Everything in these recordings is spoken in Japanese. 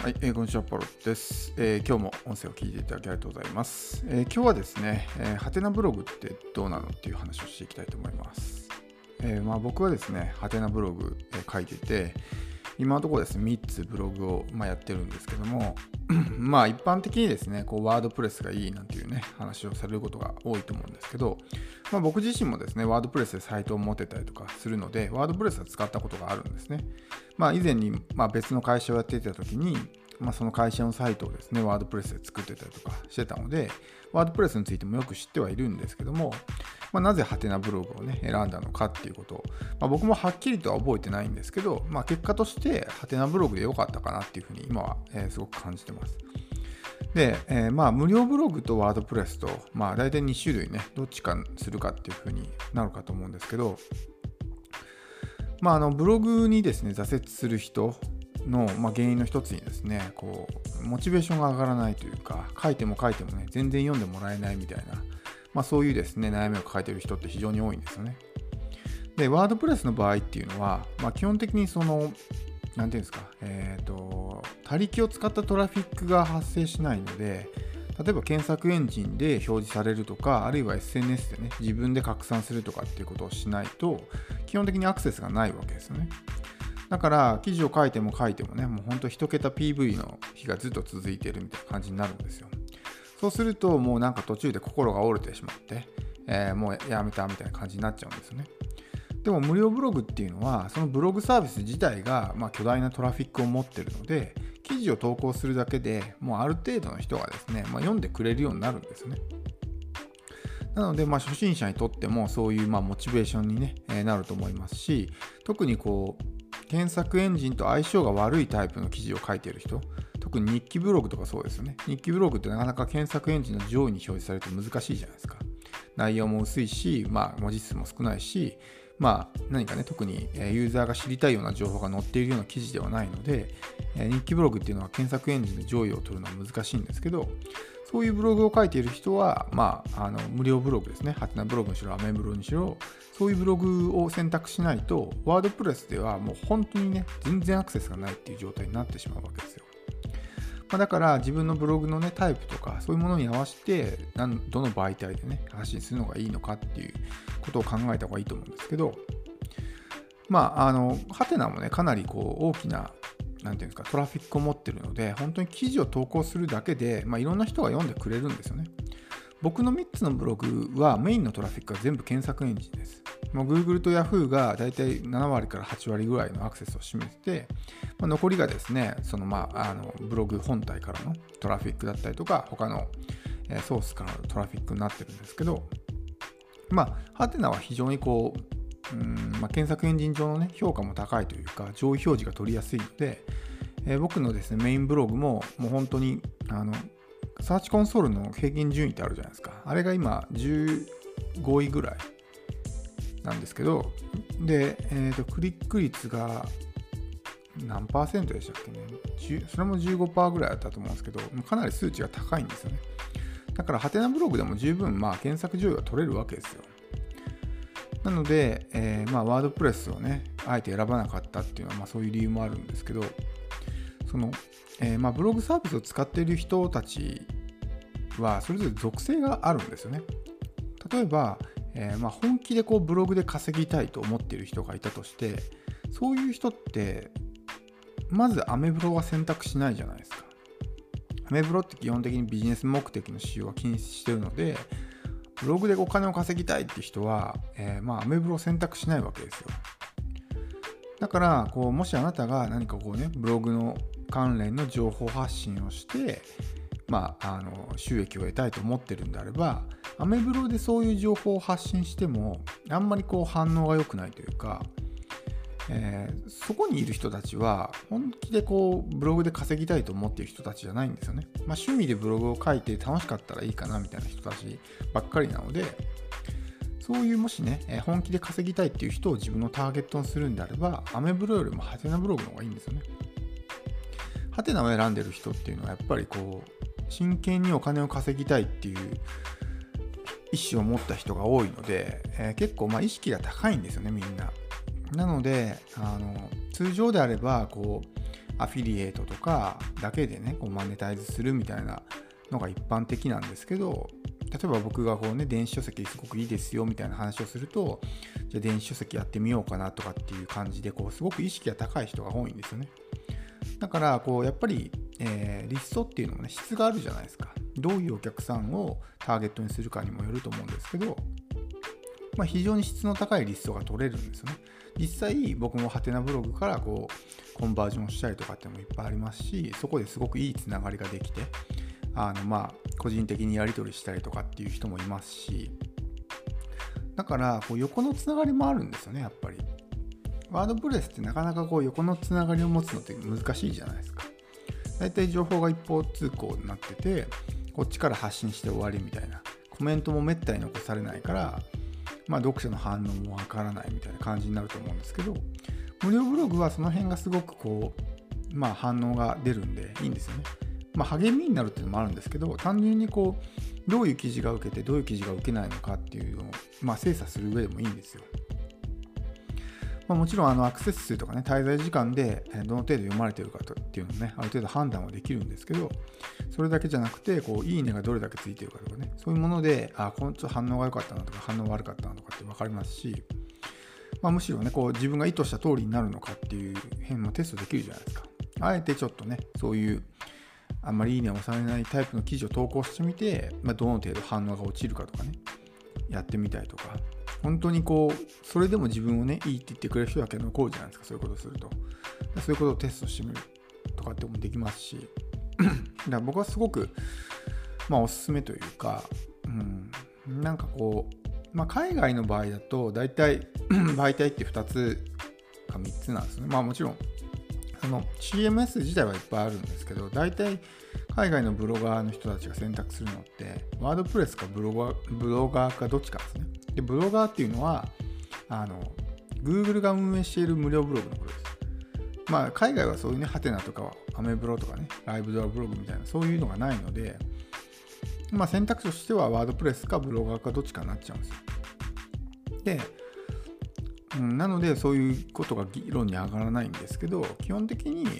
はい、こんにちは、ポロです、今日も音声を聞いていただきありがとうございます。今日はですね、ハテナブログってどうなのっていう話をしていきたいと思います。僕はですね、ハテナブログ、書いてて、今のところですね、3つブログを、やってるんですけども、一般的にですね、ワードプレスがいいなんていうね、話をされることが多いと思うんですけど、僕自身もですね、ワードプレスでサイトを持ってたりとかするので、ワードプレスは使ったことがあるんですね。以前に、別の会社をやっていた時に、その会社のサイトをですね、ワードプレスで作ってたりとかしてたので、ワードプレスについてもよく知ってはいるんですけども、なぜハテナブログをね、選んだのかっていうことを、僕もはっきりとは覚えてないんですけど、結果としてハテナブログで良かったかなっていうふうに今は、すごく感じてます。で、無料ブログとワードプレスと、大体2種類ね、どっちかするかっていうふうになるかと思うんですけど、ブログにですね、挫折する人の、原因の一つにですね、モチベーションが上がらないというか、書いてもね、全然読んでもらえないみたいな、そういうですね、悩みを抱えている人って非常に多いんですよね。で、ワードプレスの場合っていうのは、基本的になんていうんですか、他力を使ったトラフィックが発生しないので、例えば検索エンジンで表示されるとか、あるいは SNS でね、自分で拡散するとかっていうことをしないと、基本的にアクセスがないわけですよね。だから記事を書いてもね、もう本当一桁 PV の日がずっと続いているみたいな感じになるんですよ。そうするともう途中で心が折れてしまって、もうやめたみたいな感じになっちゃうんですよね。でも無料ブログっていうのは、そのブログサービス自体が巨大なトラフィックを持っているので、記事を投稿するだけでもうある程度の人がですね、読んでくれるようになるんですよね。なので、初心者にとってもそういうモチベーションに、なると思いますし、特に検索エンジンと相性が悪いタイプの記事を書いている人、特に日記ブログとかそうですよね。日記ブログってなかなか検索エンジンの上位に表示されて難しいじゃないですか。内容も薄いし、文字数も少ないし、何かね、特にユーザーが知りたいような情報が載っているような記事ではないので、日記ブログっていうのは検索エンジンで上位を取るのは難しいんですけど、そういうブログを書いている人は、無料ブログですね、ハテナブログにしろ、アメブロにしろ、そういうブログを選択しないと、ワードプレスではもう本当にね、全然アクセスがないっていう状態になってしまうわけですよ。だから自分のブログのね、タイプとか、そういうものに合わせて、どの媒体でね、発信するのがいいのかっていうことを考えた方がいいと思うんですけど、ハテナもね、かなり大きな、なんていうんですか、トラフィックを持ってるので、本当に記事を投稿するだけで、いろんな人が読んでくれるんですよね。僕の3つのブログはメインのトラフィックは全部検索エンジンです。Google と Yahoo がだいたい7割から8割ぐらいのアクセスを占めてて、残りがですね、ブログ本体からのトラフィックだったりとか、他のソースからのトラフィックになってるんですけど、ハテナは非常に検索エンジン上のね、評価も高いというか、上位表示が取りやすいので、僕のですね、メインブログももう本当にサーチコンソールの平均順位ってあるじゃないですか。あれが今15位ぐらいなんですけど、で、クリック率が何パーセントでしたっけね。それも 15% ぐらいだったと思うんですけど、かなり数値が高いんですよね。だからハテナブログでも十分検索上位は取れるわけですよ。なので、ワードプレスをね、あえて選ばなかったっていうのは、そういう理由もあるんですけど、ブログサービスを使っている人たちはそれぞれ属性があるんですよね。例えば、本気でブログで稼ぎたいと思っている人がいたとして、そういう人ってまずアメブロは選択しないじゃないですか。アメブロって基本的にビジネス目的の使用は禁止しているので、ブログでお金を稼ぎたいって人は、アメブロを選択しないわけですよ。だからもしあなたが何かブログの関連の情報発信をして、収益を得たいと思ってるんであれば、アメブロでそういう情報を発信してもあんまり反応が良くないというか、そこにいる人たちは本気でブログで稼ぎたいと思っている人たちじゃないんですよね。趣味でブログを書いて楽しかったらいいかなみたいな人たちばっかりなので、そういうもしね、本気で稼ぎたいっていう人を自分のターゲットにするんであれば、アメブロよりもハテナブログの方がいいんですよね。ハテナを選んでる人っていうのはやっぱり真剣にお金を稼ぎたいっていう意思を持った人が多いので、結構意識が高いんですよね、みんな。なので通常であればアフィリエイトとかだけでねこうマネタイズするみたいなのが一般的なんですけど、例えば僕がこうね電子書籍すごくいいですよみたいな話をすると、じゃあ電子書籍やってみようかなとかっていう感じでこうすごく意識が高い人が多いんですよね。だからこうやっぱり、リストっていうのもね質があるじゃないですか。どういうお客さんをターゲットにするかにもよると思うんですけど、非常に質の高いリストが取れるんですよね。実際僕もハテナブログからこうコンバージョンしたりとかっていうのもいっぱいありますし、そこですごくいいつながりができて個人的にやり取りしたりとかっていう人もいますし、だからこう横のつながりもあるんですよね。やっぱりワードプレスってなかなかこう横のつながりを持つのって難しいじゃないですか。だいたい情報が一方通行になってて、こっちから発信して終わりみたいな、コメントもめったに残されないから、読者の反応もわからないみたいな感じになると思うんですけど、無料ブログはその辺がすごくこう反応が出るんでいいんですよね。励みになるっていうのもあるんですけど、単純にこうどういう記事が受けてどういう記事が受けないのかっていうのを精査する上でもいいんですよ。もちろんアクセス数とかね、滞在時間でどの程度読まれているかっていうのをね、ある程度判断はできるんですけど、それだけじゃなくてこういいねがどれだけついているかとかね、そういうものでこのちょっと反応が良かったなとか反応悪かったなとかって分かりますし、むしろねこう自分が意図した通りになるのかっていう辺もテストできるじゃないですか。あえてちょっとねそういうあんまりいいねを押されないタイプの記事を投稿してみて、どの程度反応が落ちるかとかねやってみたりとか、本当にこうそれでも自分をねいいって言ってくれる人だけ残るじゃないですか。そういうことをすると、そういうことをテストしてみるとかってもできますしだから僕はすごくおすすめというか、なんかこう、海外の場合だと大体媒体って2つか3つなんですね。もちろんCMS 自体はいっぱいあるんですけど、大体海外のブロガーの人たちが選択するのってワードプレスかブロガーかどっちかですね。でブロガーっていうのはGoogle が運営している無料ブログのことです。海外はそういうねハテナとかアメブロとかねライブドアブログみたいなそういうのがないので、選択肢としてはワードプレスかブロガーかどっちかになっちゃうんですよ。でなのでそういうことが議論に上がらないんですけど、基本的に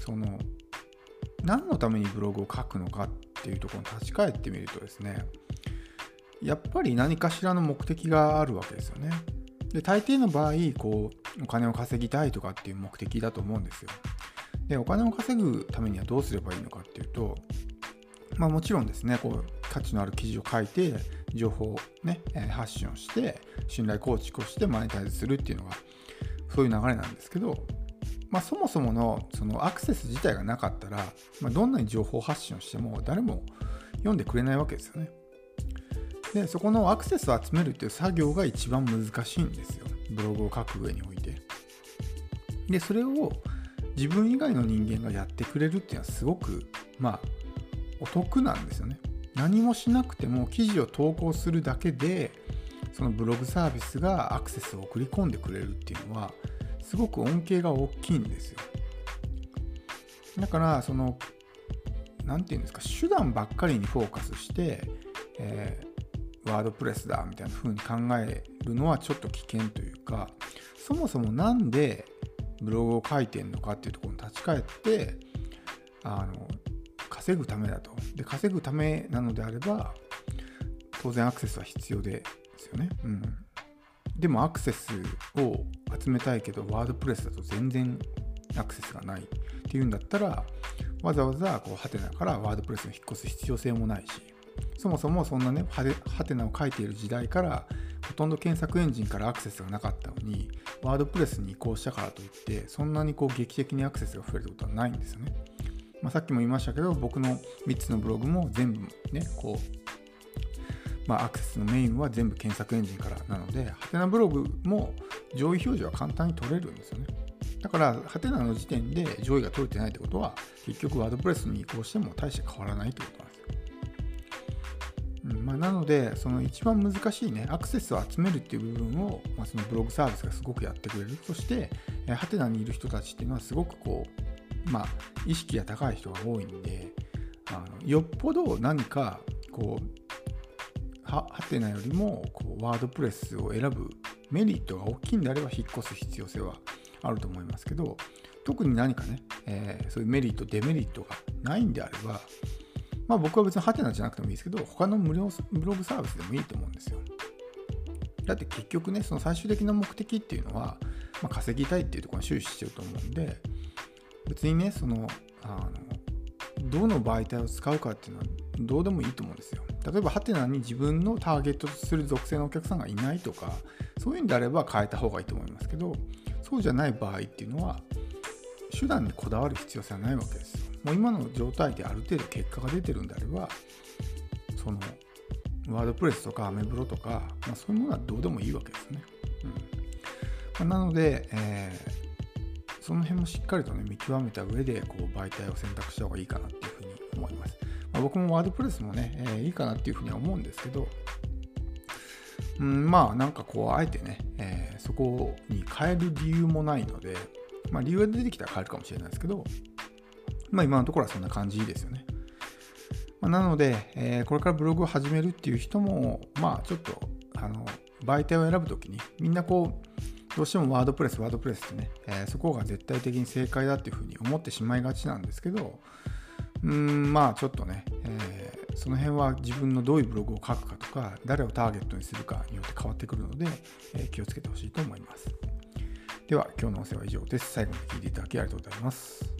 何のためにブログを書くのかっていうところに立ち返ってみるとですね、やっぱり何かしらの目的があるわけですよね。で大抵の場合こうお金を稼ぎたいとかっていう目的だと思うんですよ。でお金を稼ぐためにはどうすればいいのかっていうと、もちろんですねこう価値のある記事を書いて情報をね発信をして信頼構築をしてマネタイズするっていうのがそういう流れなんですけど、そもそものそのアクセス自体がなかったら、どんなに情報発信をしても誰も読んでくれないわけですよね。でそこのアクセスを集めるっていう作業が一番難しいんですよ、ブログを書く上において。でそれを自分以外の人間がやってくれるっていうのはすごくお得なんですよね。何もしなくても記事を投稿するだけでそのブログサービスがアクセスを送り込んでくれるっていうのはすごく恩恵が大きいんですよ。だからなんていうんですか、手段ばっかりにフォーカスして、ワードプレスだみたいな風に考えるのはちょっと危険というか、そもそもなんでブログを書いてんのかっていうところに立ち返って稼ぐためだと。で稼ぐためなのであれば当然アクセスは必要ですよね。でもアクセスを集めたいけどワードプレスだと全然アクセスがないっていうんだったら、わざわざこうハテナからワードプレスに引っ越す必要性もないし、そもそもそんなねハテナを書いている時代からほとんど検索エンジンからアクセスがなかったのにワードプレスに移行したからといってそんなにこう劇的にアクセスが増えることはないんですよね。さっきも言いましたけど、僕の3つのブログも全部ねアクセスのメインは全部検索エンジンからなので、ハテナブログも上位表示は簡単に取れるんですよね。だからハテナの時点で上位が取れてないってことは結局ワードプレスに移行しても大して変わらないってことなんですよ。なのでその一番難しいねアクセスを集めるっていう部分を、そのブログサービスがすごくやってくれる。そしてハテナにいる人たちっていうのはすごくこう意識が高い人が多いんで、よっぽど何かこうハテナよりもこうワードプレスを選ぶメリットが大きいんであれば引っ越す必要性はあると思いますけど、 特に何かね、そういうメリットデメリットがないんであれば、まあ僕は別にハテナじゃなくてもいいですけど、他の無料ブログサービスでもいいと思うんですよ。だって結局ね、その最終的な目的っていうのは、まあ、稼ぎたいっていうところに終始してると思うんで、別にね、どの媒体を使うかっていうのはどうでもいいと思うんですよ。例えばハテナに自分のターゲットとする属性のお客さんがいないとか、そういうんであれば変えた方がいいと思いますけど、そうじゃない場合っていうのは手段にこだわる必要性はないわけですよ。もう今の状態である程度結果が出てるんであれば、そのワードプレスとかアメブロとか、まあ、そういうものはどうでもいいわけですね。なので、その辺もしっかりとね見極めた上でこう媒体を選択した方がいいかなっていうふうに思います。僕もワードプレスもね、いいかなっていうふうには思うんですけど、まあなんかこうあえてね、そこに変える理由もないので、まあ理由が出てきたら変えるかもしれないですけど、まあ今のところはそんな感じですよね。なので、これからブログを始めるっていう人も、まあちょっと媒体を選ぶときにみんなこうどうしてもワードプレスってね、そこが絶対的に正解だっていうふうに思ってしまいがちなんですけど、まあちょっとね、その辺は自分のどういうブログを書くかとか、誰をターゲットにするかによって変わってくるので、気をつけてほしいと思います。では今日の音声は以上です。最後まで聞いていただきありがとうございます。